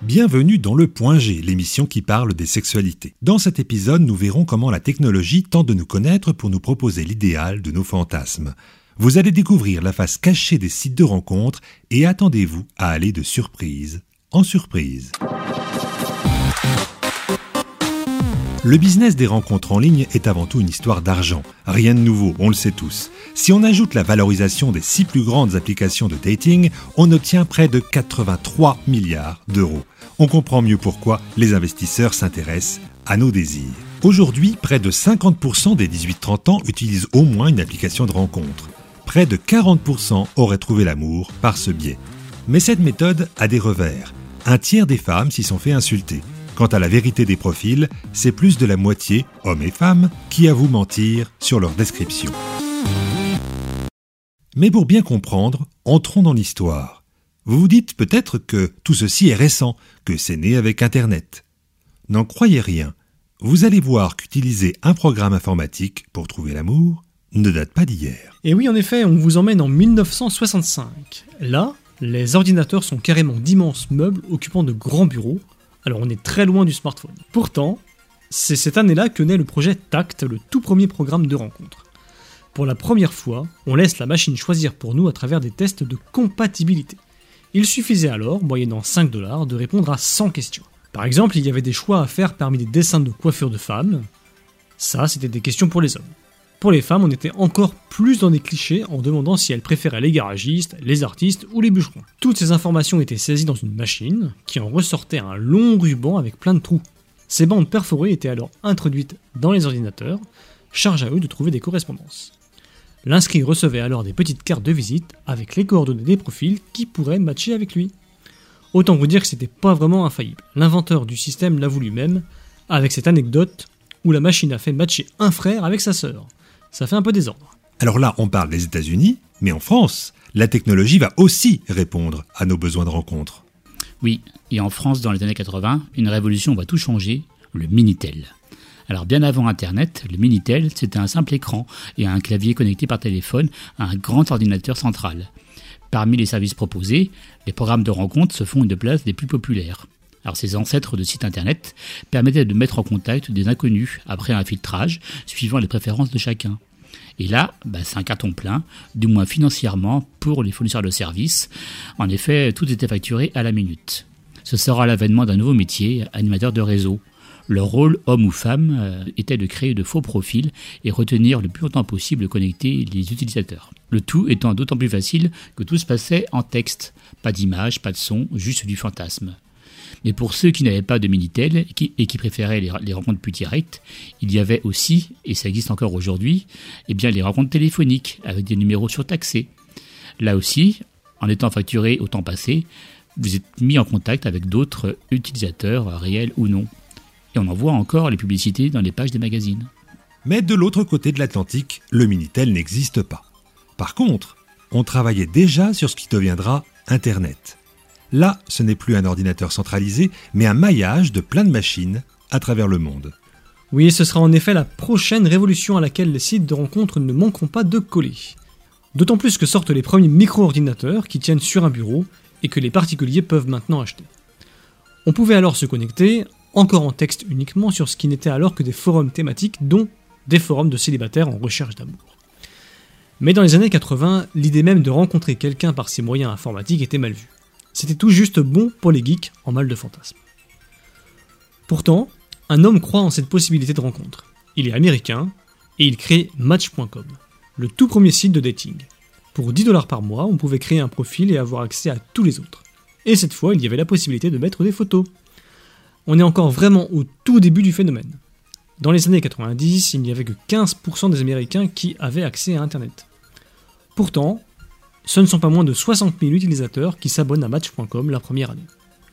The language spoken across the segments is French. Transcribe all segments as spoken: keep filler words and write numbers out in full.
Bienvenue dans le Point G, l'émission qui parle des sexualités. Dans cet épisode, nous verrons comment la technologie tente de nous connaître pour nous proposer l'idéal de nos fantasmes. Vous allez découvrir la face cachée des sites de rencontres et attendez-vous à aller de surprise en surprise. Le business des rencontres en ligne est avant tout une histoire d'argent. Rien de nouveau, on le sait tous. Si on ajoute la valorisation des six plus grandes applications de dating, on obtient près de quatre-vingt-trois milliards d'euros. On comprend mieux pourquoi les investisseurs s'intéressent à nos désirs. Aujourd'hui, près de cinquante pour cent des dix-huit trente ans utilisent au moins une application de rencontre. Près de quarante pour cent auraient trouvé l'amour par ce biais. Mais cette méthode a des revers. Un tiers des femmes s'y sont fait insulter. Quant à la vérité des profils, c'est plus de la moitié, hommes et femmes, qui avouent mentir sur leur description. Mais pour bien comprendre, entrons dans l'histoire. Vous vous dites peut-être que tout ceci est récent, que c'est né avec Internet. N'en croyez rien. Vous allez voir qu'utiliser un programme informatique pour trouver l'amour ne date pas d'hier. Et oui, en effet, on vous emmène en dix-neuf cent soixante-cinq. Là, les ordinateurs sont carrément d'immenses meubles occupant de grands bureaux. Alors on est très loin du smartphone. Pourtant, c'est cette année-là que naît le projet Tact, le tout premier programme de rencontre. Pour la première fois, on laisse la machine choisir pour nous à travers des tests de compatibilité. Il suffisait alors, moyennant cinq dollars, de répondre à cent questions. Par exemple, il y avait des choix à faire parmi des dessins de coiffure de femmes. Ça, c'était des questions pour les hommes. Pour les femmes, on était encore plus dans des clichés en demandant si elles préféraient les garagistes, les artistes ou les bûcherons. Toutes ces informations étaient saisies dans une machine qui en ressortait un long ruban avec plein de trous. Ces bandes perforées étaient alors introduites dans les ordinateurs, charge à eux de trouver des correspondances. L'inscrit recevait alors des petites cartes de visite avec les coordonnées des profils qui pourraient matcher avec lui. Autant vous dire que c'était pas vraiment infaillible. L'inventeur du système l'avoue lui-même, avec cette anecdote où la machine a fait matcher un frère avec sa sœur. Ça fait un peu désordre. Alors là, on parle des États-Unis, mais en France, la technologie va aussi répondre à nos besoins de rencontre. Oui, et en France, dans les années quatre-vingts, une révolution va tout changer, le Minitel. Alors bien avant Internet, le Minitel, c'était un simple écran et un clavier connecté par téléphone à un grand ordinateur central. Parmi les services proposés, les programmes de rencontre se font une place des plus populaires. Alors ces ancêtres de sites internet permettaient de mettre en contact des inconnus après un filtrage suivant les préférences de chacun. Et là, bah, c'est un carton plein, du moins financièrement, pour les fournisseurs de services. En effet, tout était facturé à la minute. Ce sera l'avènement d'un nouveau métier, animateur de réseau. Leur rôle, homme ou femme, euh, était de créer de faux profils et retenir le plus longtemps possible connectés les utilisateurs. Le tout étant d'autant plus facile que tout se passait en texte. Pas d'image, pas de son, juste du fantasme. Mais pour ceux qui n'avaient pas de Minitel et qui, et qui préféraient les, les rencontres plus directes, il y avait aussi, et ça existe encore aujourd'hui, eh bien les rencontres téléphoniques avec des numéros surtaxés. Là aussi, en étant facturé au temps passé, vous êtes mis en contact avec d'autres utilisateurs, réels ou non. Et on en voit encore les publicités dans les pages des magazines. Mais de l'autre côté de l'Atlantique, le Minitel n'existe pas. Par contre, on travaillait déjà sur ce qui deviendra Internet. Là, ce n'est plus un ordinateur centralisé, mais un maillage de plein de machines à travers le monde. Oui, ce sera en effet la prochaine révolution à laquelle les sites de rencontres ne manqueront pas de coller. D'autant plus que sortent les premiers micro-ordinateurs qui tiennent sur un bureau et que les particuliers peuvent maintenant acheter. On pouvait alors se connecter, encore en texte uniquement, sur ce qui n'était alors que des forums thématiques, dont des forums de célibataires en recherche d'amour. Mais dans les années quatre-vingts, l'idée même de rencontrer quelqu'un par ces moyens informatiques était mal vue. C'était tout juste bon pour les geeks en mal de fantasmes. Pourtant, un homme croit en cette possibilité de rencontre. Il est américain et il crée Match point com, le tout premier site de dating. Pour dix dollars par mois, on pouvait créer un profil et avoir accès à tous les autres. Et cette fois, il y avait la possibilité de mettre des photos. On est encore vraiment au tout début du phénomène. Dans les années quatre-vingt-dix, il n'y avait que quinze pour cent des Américains qui avaient accès à Internet. Pourtant, ce ne sont pas moins de soixante mille utilisateurs qui s'abonnent à Match point com la première année.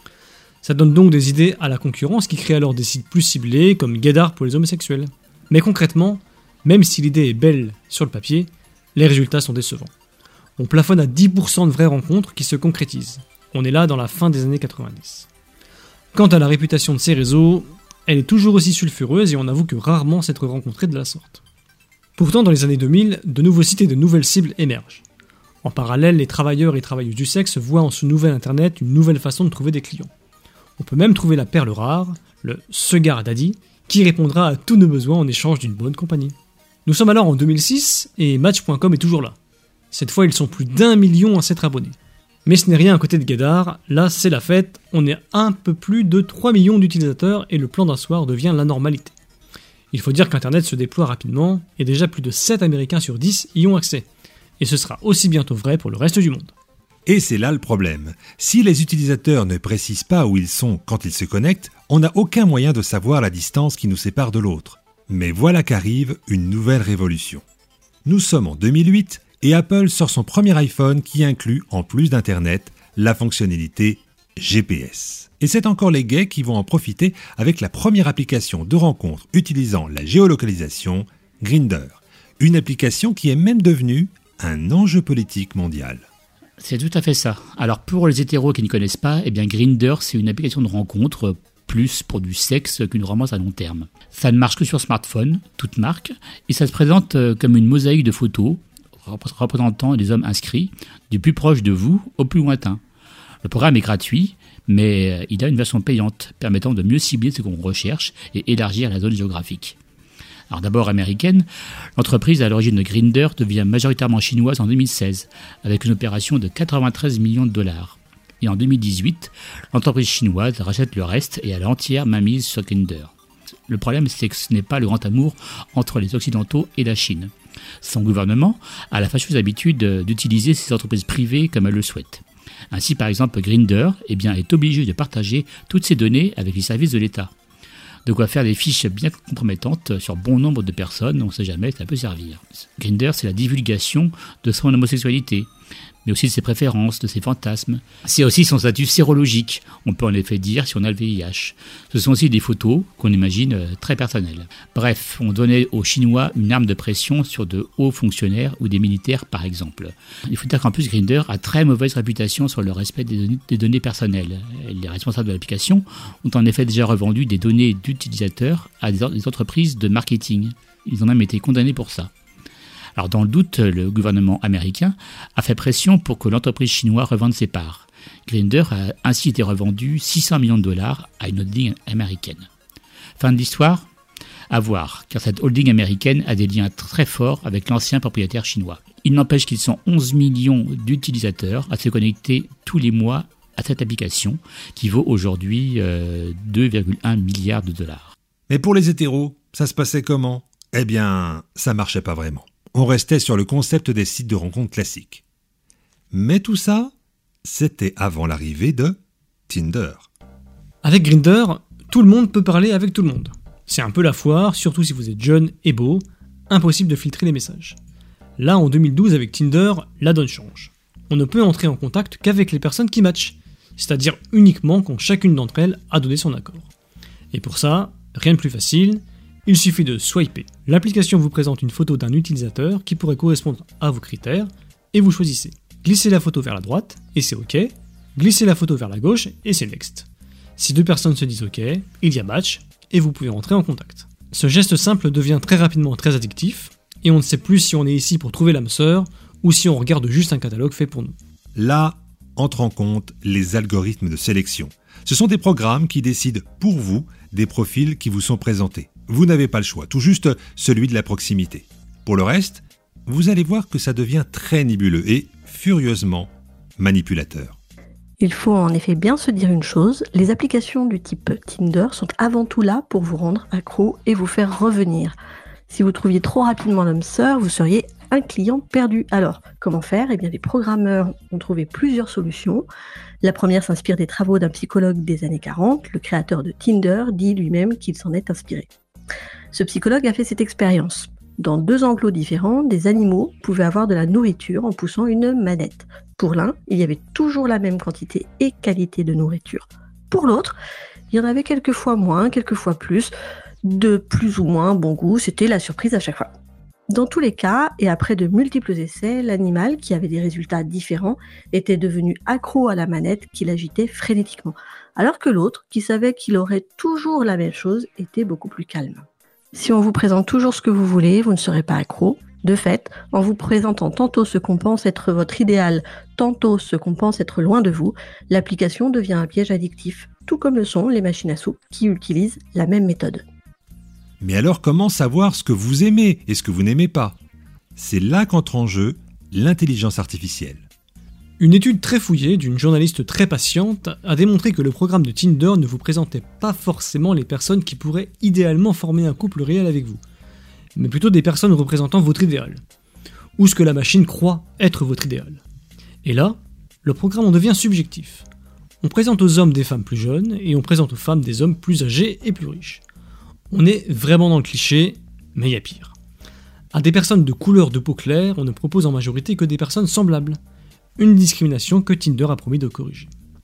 Ça donne donc des idées à la concurrence qui crée alors des sites plus ciblés comme Gaydar pour les homosexuels. Mais concrètement, même si l'idée est belle sur le papier, les résultats sont décevants. On plafonne à dix pour cent de vraies rencontres qui se concrétisent. On est là dans la fin des années quatre-vingt-dix. Quant à la réputation de ces réseaux, elle est toujours aussi sulfureuse et on avoue que rarement s'être rencontré de la sorte. Pourtant, dans les années deux mille, de nouveaux sites et de nouvelles cibles émergent. En parallèle, les travailleurs et travailleuses du sexe voient en ce nouvel Internet une nouvelle façon de trouver des clients. On peut même trouver la perle rare, le Sugar Daddy, qui répondra à tous nos besoins en échange d'une bonne compagnie. Nous sommes alors en deux mille six et Match point com est toujours là. Cette fois, ils sont plus d'un million à s'être abonnés. Mais ce n'est rien à côté de Gadar, là c'est la fête, on est un peu plus de trois millions d'utilisateurs et le plan d'un soir devient la normalité. Il faut dire qu'Internet se déploie rapidement et déjà plus de sept Américains sur dix y ont accès. Et ce sera aussi bientôt vrai pour le reste du monde. Et c'est là le problème. Si les utilisateurs ne précisent pas où ils sont quand ils se connectent, on n'a aucun moyen de savoir la distance qui nous sépare de l'autre. Mais voilà qu'arrive une nouvelle révolution. Nous sommes en deux mille huit et Apple sort son premier iPhone qui inclut, en plus d'Internet, la fonctionnalité G P S. Et c'est encore les gays qui vont en profiter avec la première application de rencontre utilisant la géolocalisation, Grindr. Une application qui est même devenue un enjeu politique mondial. C'est tout à fait ça. Alors pour les hétéros qui ne connaissent pas, eh bien Grindr, c'est une application de rencontre plus pour du sexe qu'une romance à long terme. Ça ne marche que sur smartphone, toute marque, et ça se présente comme une mosaïque de photos représentant des hommes inscrits, du plus proche de vous au plus lointain. Le programme est gratuit, mais il a une version payante, permettant de mieux cibler ce qu'on recherche et élargir la zone géographique. Alors d'abord américaine, l'entreprise à l'origine de Grindr devient majoritairement chinoise en deux mille seize, avec une opération de quatre-vingt-treize millions de dollars. Et en deux mille dix-huit, l'entreprise chinoise rachète le reste et a l'entière mainmise sur Grindr. Le problème, c'est que ce n'est pas le grand amour entre les Occidentaux et la Chine. Son gouvernement a la fâcheuse habitude d'utiliser ces entreprises privées comme elle le souhaite. Ainsi, par exemple, Grindr eh bien, est obligé de partager toutes ses données avec les services de l'État. De quoi faire des fiches bien compromettantes sur bon nombre de personnes, on ne sait jamais, ça peut servir. Grindr, c'est la divulgation de son homosexualité, mais aussi de ses préférences, de ses fantasmes. C'est aussi son statut sérologique, on peut en effet dire si on a le V I H. Ce sont aussi des photos qu'on imagine très personnelles. Bref, on donnait aux Chinois une arme de pression sur de hauts fonctionnaires ou des militaires par exemple. Il faut dire qu'en plus Grindr a très mauvaise réputation sur le respect des données, des données personnelles. Les responsables de l'application ont en effet déjà revendu des données d'utilisateurs à des entreprises de marketing. Ils ont même été condamnés pour ça. Alors dans le doute, le gouvernement américain a fait pression pour que l'entreprise chinoise revende ses parts. Grindr a ainsi été revendu six cents millions de dollars à une holding américaine. Fin de l'histoire ? À voir, car cette holding américaine a des liens très forts avec l'ancien propriétaire chinois. Il n'empêche qu'ils sont onze millions d'utilisateurs à se connecter tous les mois à cette application, qui vaut aujourd'hui euh, deux virgule un milliards de dollars. Mais pour les hétéros, ça se passait comment ? Eh bien, ça marchait pas vraiment. On restait sur le concept des sites de rencontres classiques. Mais tout ça, c'était avant l'arrivée de Tinder. Avec Grindr, tout le monde peut parler avec tout le monde. C'est un peu la foire, surtout si vous êtes jeune et beau, impossible de filtrer les messages. Là, en deux mille douze, avec Tinder, la donne change. On ne peut entrer en contact qu'avec les personnes qui matchent, c'est-à-dire uniquement quand chacune d'entre elles a donné son accord. Et pour ça, rien de plus facile, il suffit de swiper. L'application vous présente une photo d'un utilisateur qui pourrait correspondre à vos critères, et vous choisissez. Glissez la photo vers la droite, et c'est OK. Glissez la photo vers la gauche, et c'est Next. Si deux personnes se disent OK, il y a match, et vous pouvez entrer en contact. Ce geste simple devient très rapidement très addictif, et on ne sait plus si on est ici pour trouver l'âme sœur, ou si on regarde juste un catalogue fait pour nous. Là entrent en compte les algorithmes de sélection. Ce sont des programmes qui décident pour vous des profils qui vous sont présentés. Vous n'avez pas le choix, tout juste celui de la proximité. Pour le reste, vous allez voir que ça devient très nébuleux et furieusement manipulateur. Il faut en effet bien se dire une chose, les applications du type Tinder sont avant tout là pour vous rendre accro et vous faire revenir. Si vous trouviez trop rapidement l'âme sœur, vous seriez un client perdu. Alors, comment faire ? Eh bien, les programmeurs ont trouvé plusieurs solutions. La première s'inspire des travaux d'un psychologue des années quarante. Le créateur de Tinder dit lui-même qu'il s'en est inspiré. Ce psychologue a fait cette expérience. Dans deux enclos différents, des animaux pouvaient avoir de la nourriture en poussant une manette. Pour l'un, il y avait toujours la même quantité et qualité de nourriture. Pour l'autre, il y en avait quelquefois moins, quelquefois plus, de plus ou moins bon goût, c'était la surprise à chaque fois. Dans tous les cas, et après de multiples essais, l'animal, qui avait des résultats différents, était devenu accro à la manette qu'il agitait frénétiquement, alors que l'autre, qui savait qu'il aurait toujours la même chose, était beaucoup plus calme. Si on vous présente toujours ce que vous voulez, vous ne serez pas accro, De fait, en vous présentant tantôt ce qu'on pense être votre idéal, tantôt ce qu'on pense être loin de vous, l'application devient un piège addictif, tout comme le sont les machines à sous qui utilisent la même méthode. Mais alors comment savoir ce que vous aimez et ce que vous n'aimez pas ? C'est là qu'entre en jeu l'intelligence artificielle. Une étude très fouillée d'une journaliste très patiente a démontré que le programme de Tinder ne vous présentait pas forcément les personnes qui pourraient idéalement former un couple réel avec vous, mais plutôt des personnes représentant votre idéal, ou ce que la machine croit être votre idéal. Et là, le programme en devient subjectif. On présente aux hommes des femmes plus jeunes et on présente aux femmes des hommes plus âgés et plus riches. On est vraiment dans le cliché, mais il y a pire. À des personnes de couleur de peau claire, on ne propose en majorité que des personnes semblables. Une discrimination que Tinder a promis de corriger.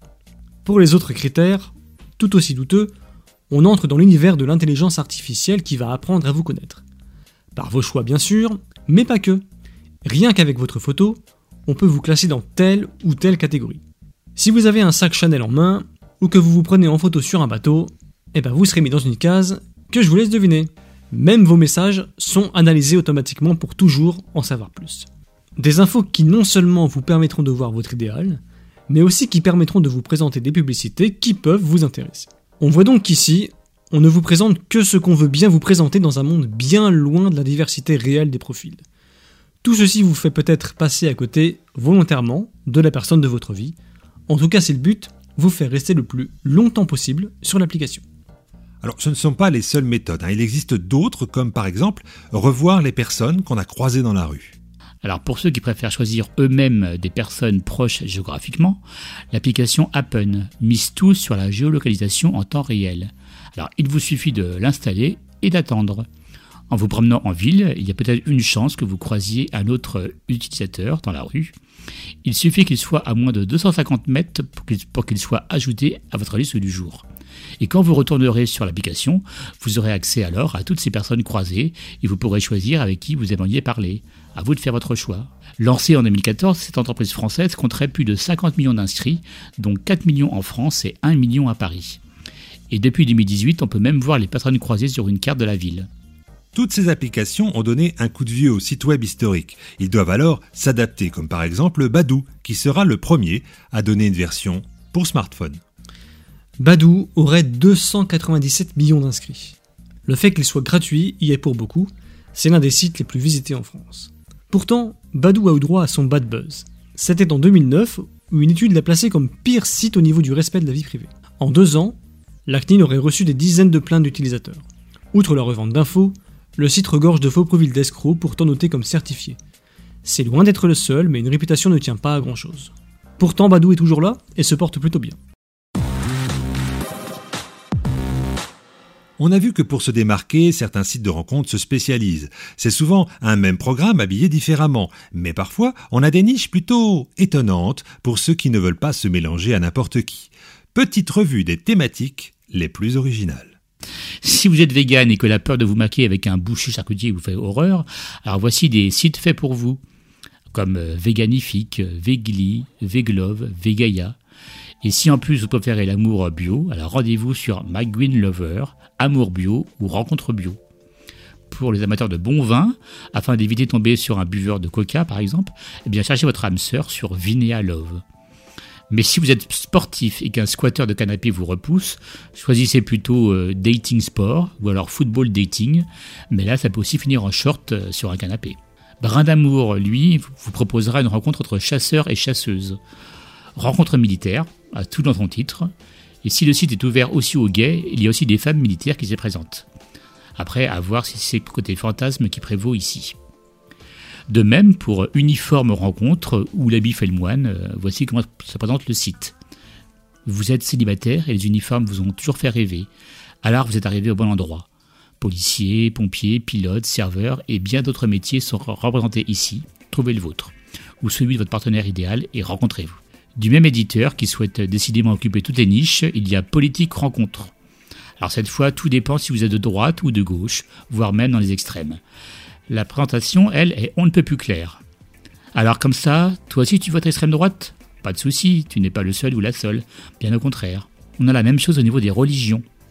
Pour les autres critères, tout aussi douteux, on entre dans l'univers de l'intelligence artificielle qui va apprendre à vous connaître. Par vos choix bien sûr, mais pas que. Rien qu'avec votre photo, on peut vous classer dans telle ou telle catégorie. Si vous avez un sac Chanel en main, ou que vous vous prenez en photo sur un bateau, eh ben vous serez mis dans une case que je vous laisse deviner. Même vos messages sont analysés automatiquement pour toujours en savoir plus. Des infos qui non seulement vous permettront de voir votre idéal, mais aussi qui permettront de vous présenter des publicités qui peuvent vous intéresser. On voit donc qu'ici, on ne vous présente que ce qu'on veut bien vous présenter dans un monde bien loin de la diversité réelle des profils. Tout ceci vous fait peut-être passer à côté, volontairement, de la personne de votre vie. En tout cas, c'est le but, vous faire rester le plus longtemps possible sur l'application. Alors, ce ne sont pas les seules méthodes, hein. Il existe d'autres, comme par exemple revoir les personnes qu'on a croisées dans la rue. Alors pour ceux qui préfèrent choisir eux-mêmes des personnes proches géographiquement, l'application Happen mise tout sur la géolocalisation en temps réel. Alors il vous suffit de l'installer et d'attendre. En vous promenant en ville, il y a peut-être une chance que vous croisiez un autre utilisateur dans la rue. Il suffit qu'il soit à moins de deux cent cinquante mètres pour qu'il, pour qu'il soit ajouté à votre liste du jour. Et quand vous retournerez sur l'application, vous aurez accès alors à toutes ces personnes croisées et vous pourrez choisir avec qui vous aimeriez parler. À vous de faire votre choix. Lancée en deux mille quatorze, cette entreprise française compterait plus de cinquante millions d'inscrits, dont quatre millions en France et un million à Paris. Et depuis deux mille dix-huit, on peut même voir les personnes croisées sur une carte de la ville. Toutes ces applications ont donné un coup de vieux au site web historique. Ils doivent alors s'adapter, comme par exemple Badoo, qui sera le premier à donner une version pour smartphone. Badoo aurait deux cent quatre-vingt-dix-sept millions d'inscrits. Le fait qu'il soit gratuit y est pour beaucoup, c'est l'un des sites les plus visités en France. Pourtant, Badoo a eu droit à son bad buzz. C'était en deux mille neuf, où une étude l'a placé comme pire site au niveau du respect de la vie privée. En deux ans, la C N I L aurait reçu des dizaines de plaintes d'utilisateurs. Outre la revente d'infos, le site regorge de faux profils d'escrocs pourtant notés comme certifiés. C'est loin d'être le seul, mais une réputation ne tient pas à grand chose. Pourtant, Badoo est toujours là et se porte plutôt bien. On a vu que pour se démarquer, certains sites de rencontres se spécialisent. C'est souvent un même programme habillé différemment, mais parfois on a des niches plutôt étonnantes pour ceux qui ne veulent pas se mélanger à n'importe qui. Petite revue des thématiques les plus originales. Si vous êtes vegan et que la peur de vous maquer avec un boucher charcutier vous fait horreur, alors voici des sites faits pour vous, comme Veganifique, Vegli, Veglove, Vegaia. Et si en plus vous préférez l'amour bio, alors rendez-vous sur My Green Lover, Amour bio ou Rencontre bio. Pour les amateurs de bon vin, afin d'éviter de tomber sur un buveur de coca par exemple, eh bien cherchez votre âme sœur sur Vinea Love. Mais si vous êtes sportif et qu'un squatteur de canapé vous repousse, choisissez plutôt euh, Dating Sport ou alors Football Dating, mais là ça peut aussi finir en short euh, sur un canapé. Brin d'amour, lui, vous proposera une rencontre entre chasseurs et chasseuses. Rencontre militaire, à tout dans son titre. Et si le site est ouvert aussi aux gays, il y a aussi des femmes militaires qui s'y présentent. Après, à voir si c'est le côté fantasme qui prévaut ici. De même, pour Uniforme Rencontre ou l'habit fait le moine, euh, voici comment se présente le site. Vous êtes célibataire et les uniformes vous ont toujours fait rêver. Alors vous êtes arrivé au bon endroit. Policiers, pompiers, pilotes, serveurs et bien d'autres métiers sont représentés ici. Trouvez le vôtre. Ou celui de votre partenaire idéal et rencontrez-vous. Du même éditeur qui souhaite décidément occuper toutes les niches, il y a Politique Rencontre. Alors cette fois, tout dépend si vous êtes de droite ou de gauche, voire même dans les extrêmes. La présentation, elle, est on ne peut plus claire. Alors comme ça, toi aussi tu votes extrême droite ? Pas de souci, tu n'es pas le seul ou la seule, bien au contraire. On a la même chose au niveau des religions.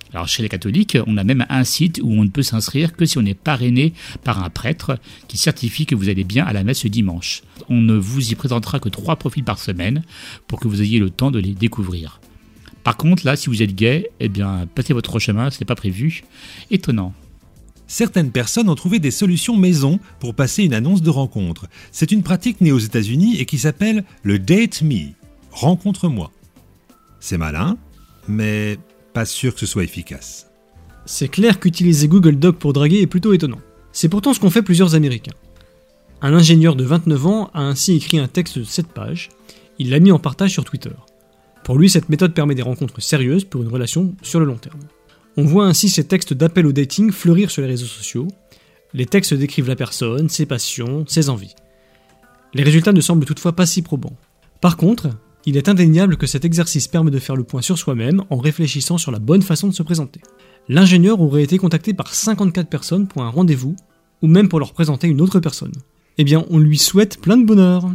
Alors chez les catholiques, on a même un site où on ne peut s'inscrire que si on est parrainé par un prêtre qui certifie que vous allez bien à la messe ce dimanche. On ne vous y présentera que trois profils par semaine pour que vous ayez le temps de les découvrir. Par contre, là, si vous êtes gay, eh bien, passez votre chemin, ce n'est pas prévu. Étonnant. Certaines personnes ont trouvé des solutions maison pour passer une annonce de rencontre. C'est une pratique née aux États-Unis et qui s'appelle le Date Me, rencontre-moi. C'est malin, mais pas sûr que ce soit efficace. C'est clair qu'utiliser Google Doc pour draguer est plutôt étonnant. C'est pourtant ce qu'ont fait plusieurs Américains. Un ingénieur de vingt-neuf ans a ainsi écrit un texte de sept pages. Il l'a mis en partage sur Twitter. Pour lui, cette méthode permet des rencontres sérieuses pour une relation sur le long terme. On voit ainsi ces textes d'appel au dating fleurir sur les réseaux sociaux. Les textes décrivent la personne, ses passions, ses envies. Les résultats ne semblent toutefois pas si probants. Par contre, il est indéniable que cet exercice permet de faire le point sur soi-même en réfléchissant sur la bonne façon de se présenter. L'ingénieur aurait été contacté par cinquante-quatre personnes pour un rendez-vous, ou même pour leur présenter une autre personne. Eh bien, on lui souhaite plein de bonheur.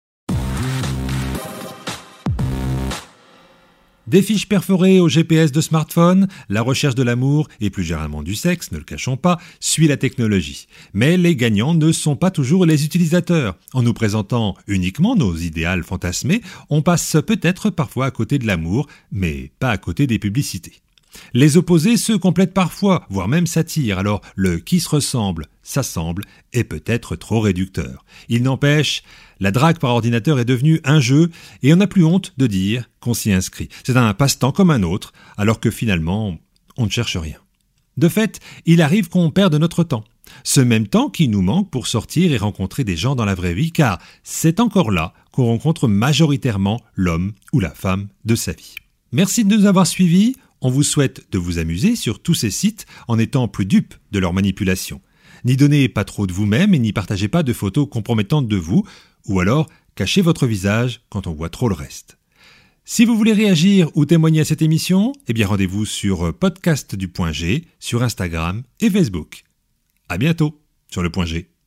Des fiches perforées au G P S de smartphone, la recherche de l'amour et plus généralement du sexe, ne le cachons pas, suit la technologie. Mais les gagnants ne sont pas toujours les utilisateurs. En nous présentant uniquement nos idéals fantasmés, on passe peut-être parfois à côté de l'amour, mais pas à côté des publicités. Les opposés se complètent parfois, voire même s'attirent, alors le qui se ressemble, s'assemble est peut-être trop réducteur. Il n'empêche, la drague par ordinateur est devenue un jeu et on n'a plus honte de dire qu'on s'y inscrit. C'est un passe-temps comme un autre, alors que finalement, on ne cherche rien. De fait, il arrive qu'on perde notre temps. Ce même temps qui nous manque pour sortir et rencontrer des gens dans la vraie vie, car c'est encore là qu'on rencontre majoritairement l'homme ou la femme de sa vie. Merci de nous avoir suivis. On vous souhaite de vous amuser sur tous ces sites en étant plus dupe de leur manipulation. N'y donnez pas trop de vous-même et n'y partagez pas de photos compromettantes de vous, ou alors cachez votre visage quand on voit trop le reste. Si vous voulez réagir ou témoigner à cette émission, eh bien rendez-vous sur podcast du Point G, sur Instagram et Facebook. À bientôt sur le Point G.